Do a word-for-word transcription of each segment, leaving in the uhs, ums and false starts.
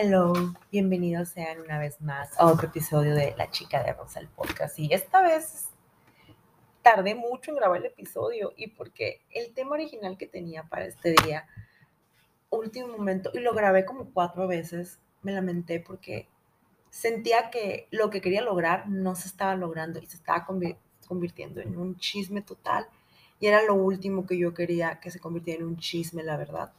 Hello, bienvenidos sean una vez más a otro episodio de La Chica de Rosa, el podcast. Y esta vez tardé mucho en grabar el episodio y porque el tema original que tenía para este día, último momento, y lo grabé como cuatro veces, me lamenté porque sentía que lo que quería lograr no se estaba logrando y se estaba convi- convirtiendo en un chisme total. Y era lo último que yo quería que se convirtiera en un chisme, la verdad.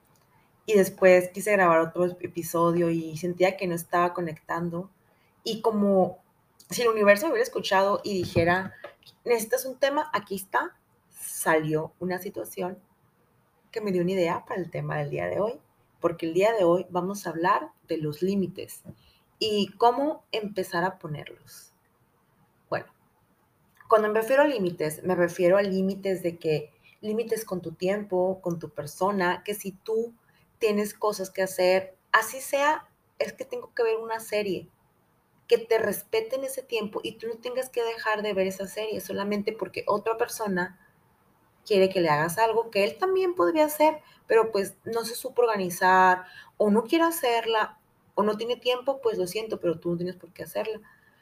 Y después quise grabar otro episodio y sentía que no estaba conectando. Y como si el universo me hubiera escuchado y dijera, necesitas un tema, aquí está, salió una situación que me dio una idea para el tema del día de hoy. Porque el día de hoy vamos a hablar de los límites y cómo empezar a ponerlos. Bueno, cuando me refiero a límites, me refiero a límites de que límites con tu tiempo, con tu persona, que si tú tienes cosas que hacer, así sea, es que tengo que ver una serie, que te respeten ese tiempo y tú no tengas que dejar de ver esa serie solamente porque otra persona quiere que le hagas algo que él también podría hacer, pero pues no se supo organizar o no quiere hacerla o no tiene tiempo, pues lo siento, pero tú no tienes por qué hacerla.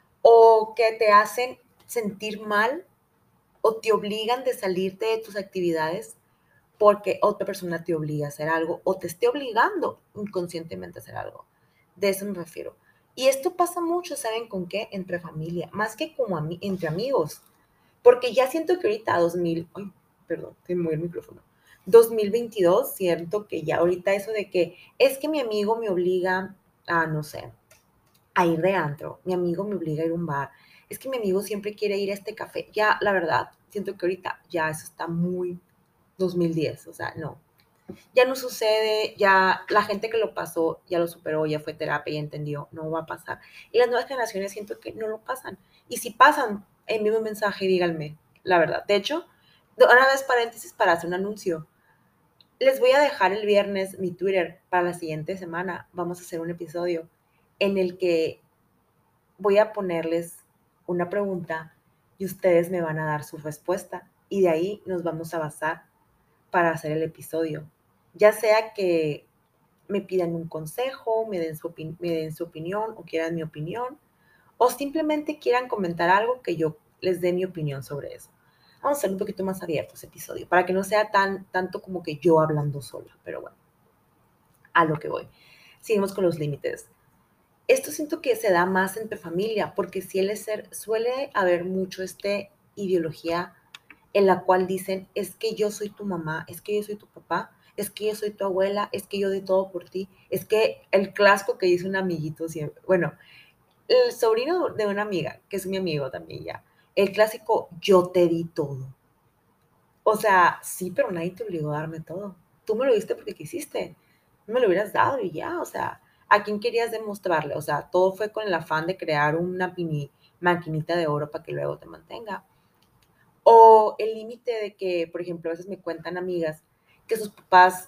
O que te hacen sentir mal o te obligan de salirte de tus actividades porque otra persona te obliga a hacer algo o te esté obligando inconscientemente a hacer algo. De eso me refiero. Y esto pasa mucho, ¿saben con qué? Entre familia, más que como ami entre amigos. Porque ya siento que ahorita dos mil, ay, perdón, te mueve el micrófono. dos mil veintidós, siento que ya ahorita eso de que es que mi amigo me obliga a, no sé, a ir de antro, mi amigo me obliga a ir a un bar, es que mi amigo siempre quiere ir a este café. Ya, la verdad, siento que ahorita ya eso está muy dos mil diez, o sea, no. Ya no sucede, ya la gente que lo pasó ya lo superó, ya fue terapia y entendió, no va a pasar. Y las nuevas generaciones siento que no lo pasan. Y si pasan, envíenme un mensaje y díganme la verdad. De hecho, una vez paréntesis para hacer un anuncio. Les voy a dejar el viernes mi Twitter para la siguiente semana. Vamos a hacer un episodio en el que voy a ponerles una pregunta y ustedes me van a dar su respuesta y de ahí nos vamos a basar para hacer el episodio. Ya sea que me pidan un consejo, me den su, opi- me den su opinión o quieran mi opinión o simplemente quieran comentar algo que yo les dé mi opinión sobre eso. Vamos a ser un poquito más abierto ese episodio para que no sea tan tanto como que yo hablando sola, pero bueno, a lo que voy. Seguimos con los límites. Esto siento que se da más entre familia, porque suele ser, suele haber mucho este ideología en la cual dicen, es que yo soy tu mamá, es que yo soy tu papá, es que yo soy tu abuela, es que yo doy todo por ti, es que el clásico que dice un amiguito siempre, bueno, el sobrino de una amiga, que es mi amigo también ya, el clásico, yo te di todo. O sea, sí, pero nadie te obligó a darme todo. Tú me lo diste porque quisiste. No me lo hubieras dado y ya, o sea, ¿a quién querías demostrarle? O sea, todo fue con el afán de crear una mini maquinita de oro para que luego te mantenga. O el límite de que, por ejemplo, a veces me cuentan amigas que sus papás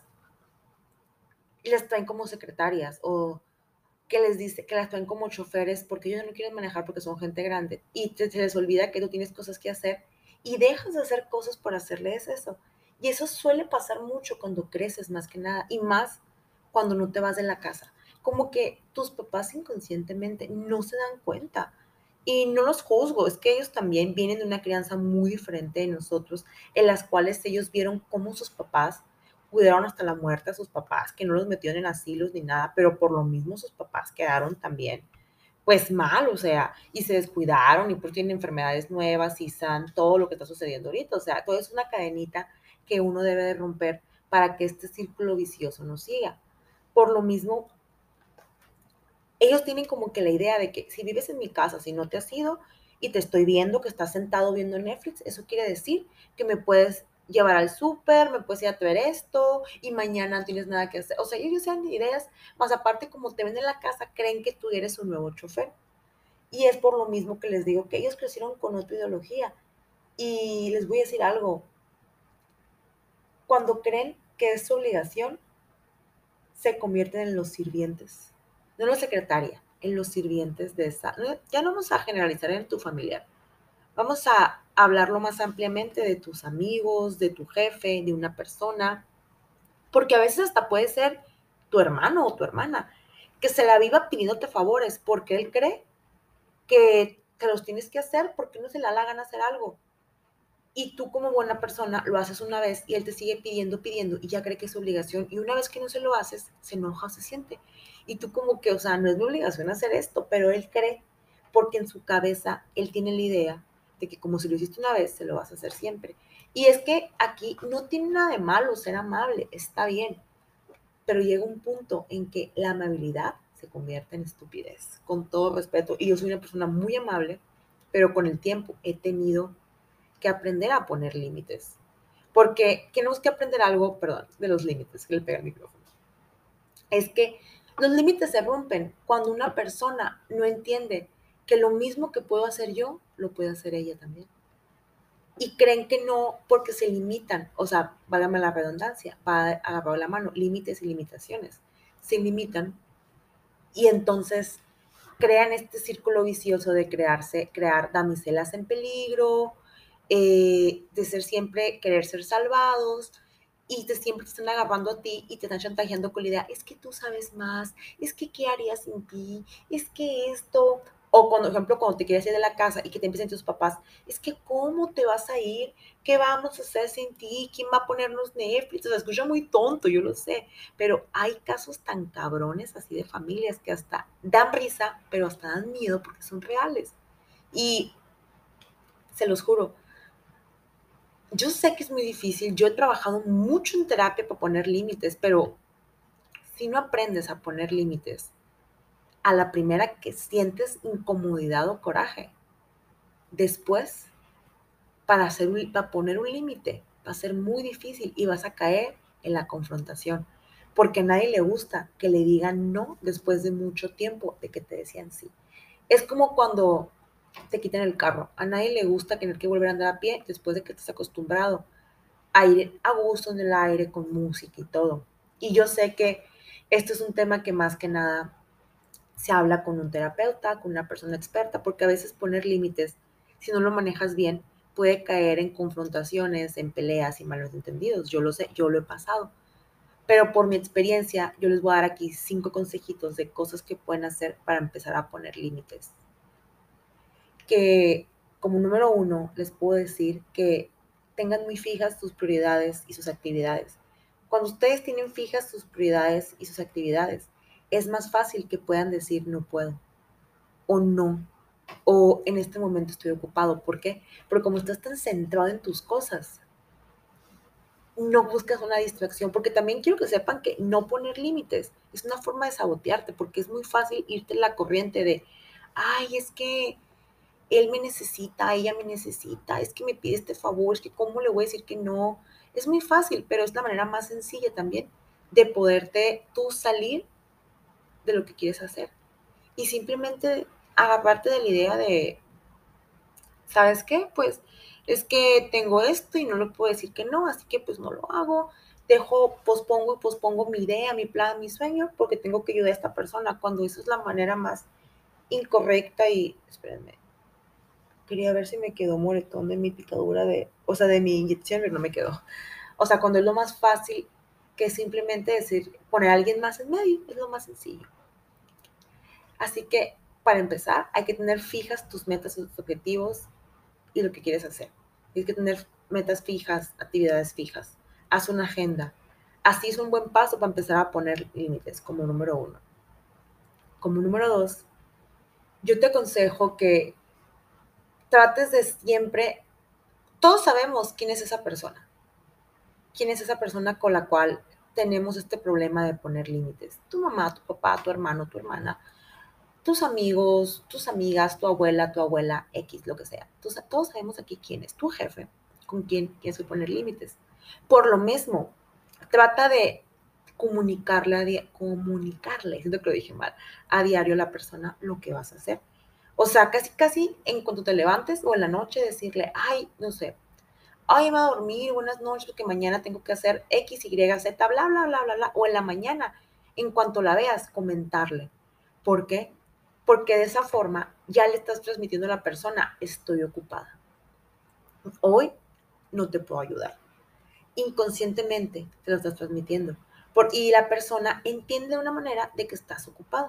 les traen como secretarias o que les dice que las traen como choferes porque ellos no quieren manejar porque son gente grande y te, se les olvida que tú tienes cosas que hacer y dejas de hacer cosas por hacerles eso. Y eso suele pasar mucho cuando creces más que nada y más cuando no te vas de la casa. Como que tus papás inconscientemente no se dan cuenta. Y no los juzgo, es que ellos también vienen de una crianza muy diferente de nosotros, en las cuales ellos vieron cómo sus papás cuidaron hasta la muerte a sus papás, que no los metieron en asilos ni nada, pero por lo mismo sus papás quedaron también, pues mal, o sea, y se descuidaron y pues tienen enfermedades nuevas y san todo lo que está sucediendo ahorita, o sea, todo es una cadenita que uno debe de romper para que este círculo vicioso no siga. Por lo mismo, ellos tienen como que la idea de que si vives en mi casa, si no te has ido y te estoy viendo que estás sentado viendo Netflix, eso quiere decir que me puedes llevar al súper, me puedes ir a traer esto y mañana no tienes nada que hacer. O sea, ellos sean ideas, más aparte como te ven en la casa, creen que tú eres un nuevo chofer. Y es por lo mismo que les digo que ellos crecieron con otra ideología. Y les voy a decir algo, cuando creen que es su obligación, se convierten en los sirvientes, no en la secretaria, en los sirvientes de esa. No, ya no vamos a generalizar en tu familiar, vamos a hablarlo más ampliamente de tus amigos, de tu jefe, de una persona, porque a veces hasta puede ser tu hermano o tu hermana, que se la viva pidiéndote favores porque él cree que te los tienes que hacer porque no se le da la gana hacer algo. Y tú como buena persona lo haces una vez y él te sigue pidiendo, pidiendo y ya cree que es su obligación. Y una vez que no se lo haces, se enoja, se siente. Y tú como que, o sea, no es mi obligación hacer esto, pero él cree porque en su cabeza él tiene la idea de que como si lo hiciste una vez, se lo vas a hacer siempre. Y es que aquí no tiene nada de malo ser amable, está bien, pero llega un punto en que la amabilidad se convierte en estupidez, con todo respeto. Y yo soy una persona muy amable, pero con el tiempo he tenido que aprender a poner límites. Porque tenemos que aprender algo, perdón, de los límites, que le pega el micrófono. Es que los límites se rompen cuando una persona no entiende que lo mismo que puedo hacer yo, lo puede hacer ella también. Y creen que no, porque se limitan, o sea, válgame la redundancia, va agarrado la mano, límites y limitaciones. Se limitan y entonces crean este círculo vicioso de crearse, crear damiselas en peligro, eh, de ser siempre, querer ser salvados, y te siempre te están agarrando a ti y te están chantajeando con la idea, es que tú sabes más, es que qué harías sin ti, es que esto, o por ejemplo, cuando te quieres ir de la casa y que te empiecen tus papás, es que cómo te vas a ir, qué vamos a hacer sin ti, quién va a ponernos Netflix, o sea, escucha muy tonto, yo lo sé, pero hay casos tan cabrones así de familias que hasta dan risa, pero hasta dan miedo porque son reales. Y se los juro, yo sé que es muy difícil, yo he trabajado mucho en terapia para poner límites, pero si no aprendes a poner límites a la primera que sientes incomodidad o coraje, después para, hacer un, para poner un límite va a ser muy difícil y vas a caer en la confrontación, porque a nadie le gusta que le digan no después de mucho tiempo de que te decían sí. Es como cuando te quitan el carro, a nadie le gusta tener que volver a andar a pie después de que estás acostumbrado a ir a gusto en el aire con música y todo. Y yo sé que esto es un tema que más que nada se habla con un terapeuta, con una persona experta, porque a veces poner límites, si no lo manejas bien, puede caer en confrontaciones, en peleas y malos entendidos. Yo lo sé, yo lo he pasado. Pero por mi experiencia, yo les voy a dar aquí cinco consejitos de cosas que pueden hacer para empezar a poner límites. Que como número uno, les puedo decir que tengan muy fijas sus prioridades y sus actividades. Cuando ustedes tienen fijas sus prioridades y sus actividades, es más fácil que puedan decir no puedo o no, o en este momento estoy ocupado. ¿Por qué? Porque como estás tan centrado en tus cosas, no buscas una distracción, porque también quiero que sepan que no poner límites es una forma de sabotearte, porque es muy fácil irte en la corriente de, ay, es que él me necesita, ella me necesita, es que me pide este favor, es que cómo le voy a decir que no. Es muy fácil, pero es la manera más sencilla también de poderte tú salir de lo que quieres hacer y simplemente agarrarte de la idea de, ¿sabes qué? Pues es que tengo esto y no le puedo decir que no, así que pues no lo hago. Dejo, pospongo y pospongo mi idea, mi plan, mi sueño, porque tengo que ayudar a esta persona, cuando eso es la manera más incorrecta y, espérenme, quería ver si me quedó moretón de mi picadura de, o sea, de mi inyección, pero no me quedó. O sea, cuando es lo más fácil que simplemente decir, poner a alguien más en medio, es lo más sencillo. Así que, para empezar, hay que tener fijas tus metas, tus objetivos y lo que quieres hacer. Tienes que tener metas fijas, actividades fijas. Haz una agenda. Así es un buen paso para empezar a poner límites, como número uno. Como número dos, yo te aconsejo que trates de siempre, todos sabemos quién es esa persona, quién es esa persona con la cual tenemos este problema de poner límites. Tu mamá, tu papá, tu hermano, tu hermana, tus amigos, tus amigas, tu abuela, tu abuela, X, lo que sea. Entonces, todos sabemos aquí quién es tu jefe, con quién quieres poner límites. Por lo mismo, trata de comunicarle, a di- comunicarle, siento que lo dije mal, a diario a la persona lo que vas a hacer. O sea, casi, casi en cuanto te levantes o en la noche decirle, ay, no sé, ay, me voy a dormir, buenas noches, porque mañana tengo que hacer X, Y, Z, bla, bla, bla, bla, bla, o en la mañana, en cuanto la veas, comentarle. ¿Por qué? Porque de esa forma ya le estás transmitiendo a la persona, estoy ocupada. Hoy no te puedo ayudar. Inconscientemente te lo estás transmitiendo. Por, y la persona entiende de una manera de que estás ocupado.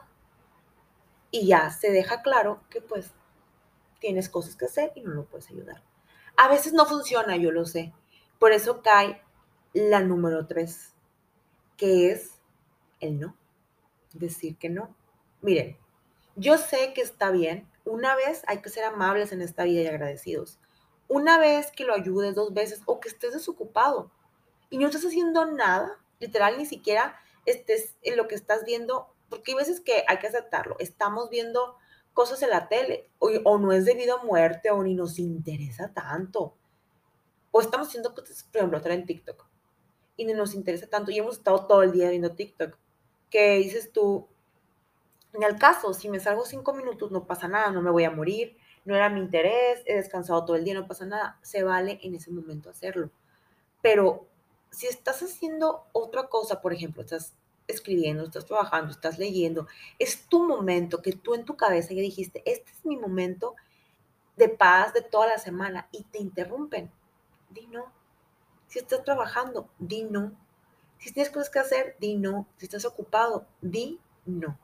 Y ya se deja claro que pues tienes cosas que hacer y no lo puedes ayudar. A veces no funciona, yo lo sé. Por eso cae la número tres, que es el no. Decir que no. Miren, yo sé que está bien. Una vez hay que ser amables en esta vida y agradecidos. Una vez que lo ayudes, dos veces, o que estés desocupado y no estás haciendo nada, literal, ni siquiera estés en lo que estás viendo, porque hay veces que hay que aceptarlo. Estamos viendo cosas en la tele, o, o no es debido a muerte, o ni nos interesa tanto. O estamos haciendo cosas, por ejemplo, otra en TikTok, y ni nos interesa tanto, y hemos estado todo el día viendo TikTok, que dices tú, en el caso, si me salgo cinco minutos, no pasa nada, no me voy a morir, no era mi interés, he descansado todo el día, no pasa nada, se vale en ese momento hacerlo. Pero si estás haciendo otra cosa, por ejemplo, estás escribiendo, estás trabajando, estás leyendo, es tu momento que tú en tu cabeza ya dijiste, este es mi momento de paz de toda la semana y te interrumpen. Di no. Si estás trabajando, di no. Si tienes cosas que hacer, di no. Si estás ocupado, di no.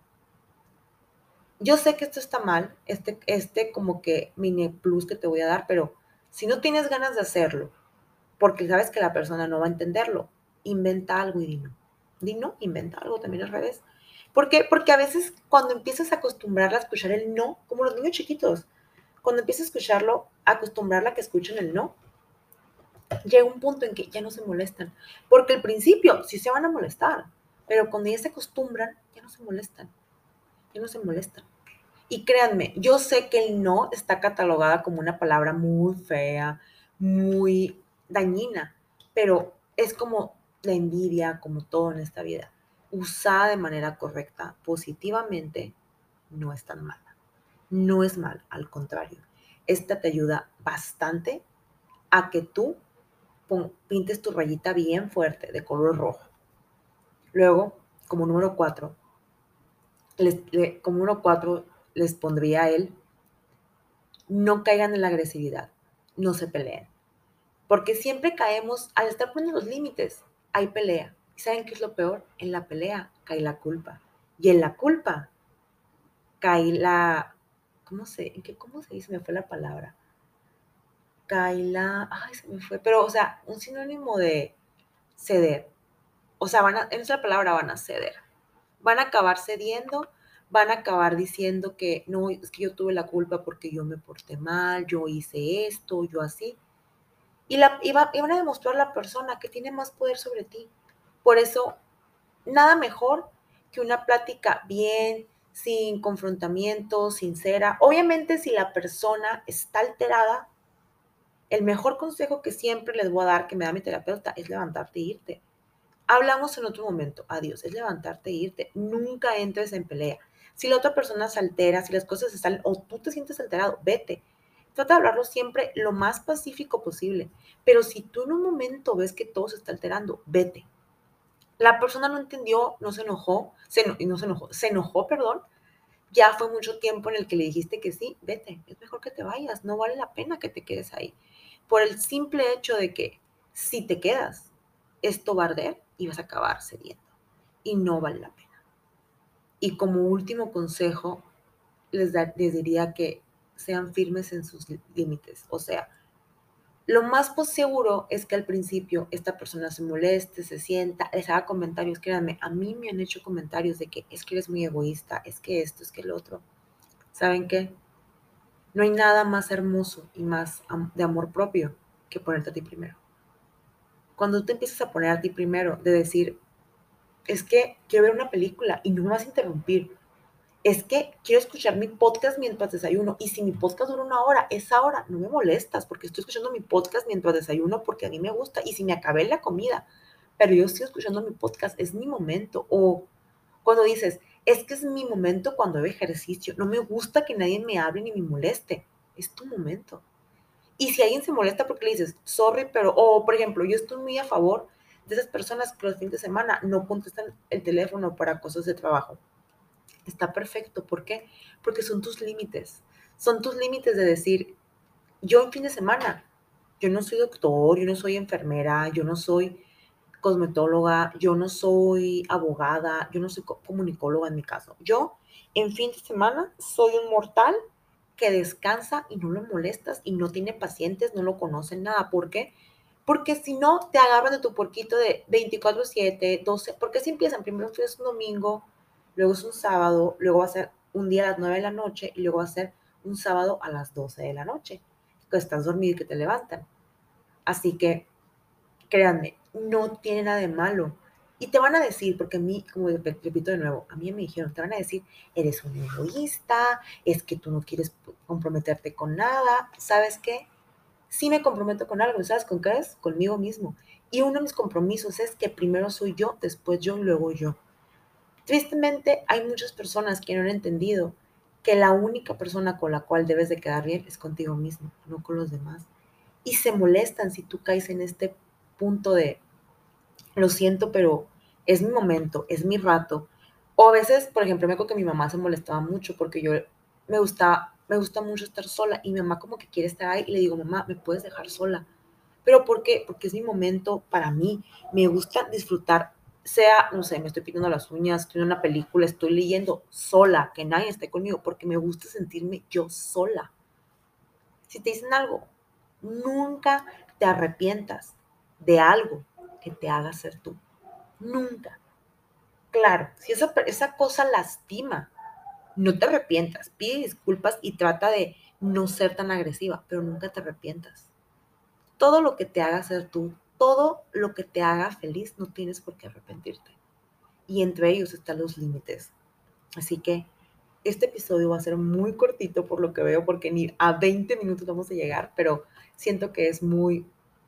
Yo sé que esto está mal, este, este como que mini plus que te voy a dar, pero si no tienes ganas de hacerlo, porque sabes que la persona no va a entenderlo, inventa algo y di no. Di no, inventa algo también al revés. ¿Por qué? Porque a veces cuando empiezas a acostumbrarla a escuchar el no, como los niños chiquitos, cuando empiezas a escucharlo, a acostumbrarla a que escuchen el no, llega un punto en que ya no se molestan. Porque al principio sí se van a molestar, pero cuando ya se acostumbran, ya no se molestan. Ya no se molestan. Y créanme, yo sé que el no está catalogada como una palabra muy fea, muy dañina, pero es como la envidia, como todo en esta vida. Usada de manera correcta, positivamente, no es tan mala. No es mal, al contrario. Esta te ayuda bastante a que tú pintes tu rayita bien fuerte de color rojo. Luego, como número cuatro, les, le, como número cuatro les pondría él, no caigan en la agresividad, no se peleen. Porque siempre caemos, al estar poniendo los límites, hay pelea. ¿Y saben qué es lo peor? En la pelea cae la culpa. Y en la culpa cae la, ¿cómo se, en qué, cómo se dice? Me fue la palabra. Cae la, ay, se me fue. Pero, o sea, un sinónimo de ceder. O sea, van a, en esa palabra van a ceder. Van a acabar cediendo, van a acabar diciendo que no, es que yo tuve la culpa porque yo me porté mal, yo hice esto, yo así. Y, la, y, va, y van a demostrar a la persona que tiene más poder sobre ti. Por eso, nada mejor que una plática bien, sin confrontamiento, sincera. Obviamente, si la persona está alterada, el mejor consejo que siempre les voy a dar, que me da mi terapeuta, es levantarte e irte. Hablamos en otro momento. Adiós. Es levantarte e irte. Nunca entres en pelea. Si la otra persona se altera, si las cosas se salen o tú te sientes alterado, vete. Trata de hablarlo siempre lo más pacífico posible. Pero si tú en un momento ves que todo se está alterando, vete. La persona no entendió, no se enojó, se, no, no se enojó, se enojó, perdón. Ya fue mucho tiempo en el que le dijiste que sí, vete. Es mejor que te vayas. No vale la pena que te quedes ahí. Por el simple hecho de que si te quedas, esto va a arder y vas a acabar cediendo. Y no vale la pena. Y como último consejo, les, da, les diría que sean firmes en sus límites. O sea, lo más seguro es que al principio esta persona se moleste, se sienta, les haga comentarios. Créanme, a mí me han hecho comentarios de que es que eres muy egoísta, es que esto, es que el otro. ¿Saben qué? No hay nada más hermoso y más de amor propio que ponerte a ti primero. Cuando tú empiezas a poner a ti primero, de decir, es que quiero ver una película y no me vas a interrumpir. Es que quiero escuchar mi podcast mientras desayuno. Y si mi podcast dura una hora, esa hora no me molestas porque estoy escuchando mi podcast mientras desayuno porque a mí me gusta. Y si me acabé la comida, pero yo estoy escuchando mi podcast, es mi momento. O cuando dices, es que es mi momento cuando hago ejercicio. No me gusta que nadie me hable ni me moleste. Es tu momento. Y si alguien se molesta porque le dices, sorry, pero, o por ejemplo, yo estoy muy a favor de esas personas que los fines de semana no contestan el teléfono para cosas de trabajo. Está perfecto. ¿Por qué? Porque son tus límites. Son tus límites de decir, yo en fin de semana, yo no soy doctor, yo no soy enfermera, yo no soy cosmetóloga, yo no soy abogada, yo no soy comunicóloga en mi caso. Yo, en fin de semana, soy un mortal que descansa y no lo molestas y no tiene pacientes, no lo conocen nada. ¿Por qué? Porque si no, te agarran de tu porquito de veinticuatro siete, doce, porque si empiezan, primero es un domingo, luego es un sábado, luego va a ser un día a las nueve de la noche y luego va a ser un sábado a las doce de la noche, que estás dormido y que te levantan. Así que, créanme, no tiene nada de malo. Y te van a decir, porque a mí, como repito de nuevo, a mí me dijeron, te van a decir, eres un egoísta, es que tú no quieres comprometerte con nada. ¿Sabes qué? Sí me comprometo con algo, ¿sabes con qué es? Conmigo mismo. Y uno de mis compromisos es que primero soy yo, después yo y luego yo. Tristemente, hay muchas personas que no han entendido que la única persona con la cual debes de quedar bien es contigo mismo, no con los demás. Y se molestan si tú caes en este punto de, lo siento, pero es mi momento, es mi rato. O a veces, por ejemplo, me acuerdo que mi mamá se molestaba mucho porque yo me gusta, me gusta mucho estar sola y mi mamá como que quiere estar ahí y le digo, mamá, ¿me puedes dejar sola? ¿Pero por qué? Porque es mi momento para mí. Me gusta disfrutar, sea, no sé, me estoy pintando las uñas, estoy en una película, estoy leyendo sola, que nadie esté conmigo, porque me gusta sentirme yo sola. Si te dicen algo, nunca te arrepientas de algo que te haga ser tú. Nunca. Claro, si esa, esa cosa lastima, no te arrepientas. Pide disculpas y trata de no ser tan agresiva, pero nunca te arrepientas. Todo lo que te haga ser tú, todo lo que te haga feliz, no tienes por qué arrepentirte. Y entre ellos están los límites. Así que este episodio va a ser muy cortito por lo que veo, porque ni a veinte minutos vamos a llegar, pero siento que es muy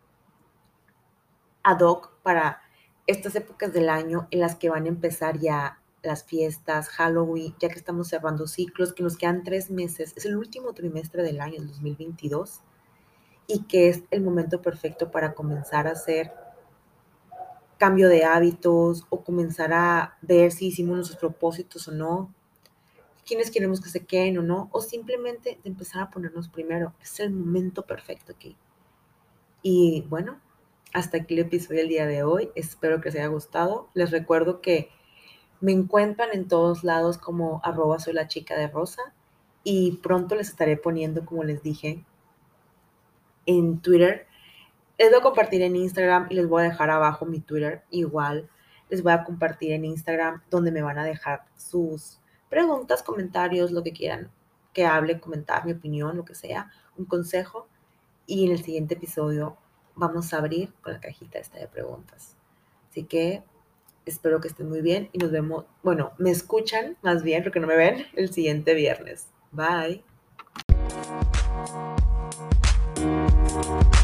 ad hoc para estas épocas del año en las que van a empezar ya las fiestas, Halloween, ya que estamos cerrando ciclos, que nos quedan tres meses, es el último trimestre del año, el dos mil veintidós, y que es el momento perfecto para comenzar a hacer cambio de hábitos o comenzar a ver si hicimos nuestros propósitos o no, quiénes queremos que se queden o no, o simplemente de empezar a ponernos primero. Es el momento perfecto aquí. Y bueno, hasta aquí el episodio del día de hoy. Espero que les haya gustado. Les recuerdo que me encuentran en todos lados como arroba soy la chica de rosa y pronto les estaré poniendo, como les dije, en Twitter. Les voy a compartir en Instagram y les voy a dejar abajo mi Twitter igual. Les voy a compartir en Instagram donde me van a dejar sus preguntas, comentarios, lo que quieran que hable, comentar, mi opinión, lo que sea, un consejo. Y en el siguiente episodio vamos a abrir con la cajita esta de preguntas. Así que espero que estén muy bien y nos vemos, bueno, me escuchan más bien porque no me ven el siguiente viernes. Bye.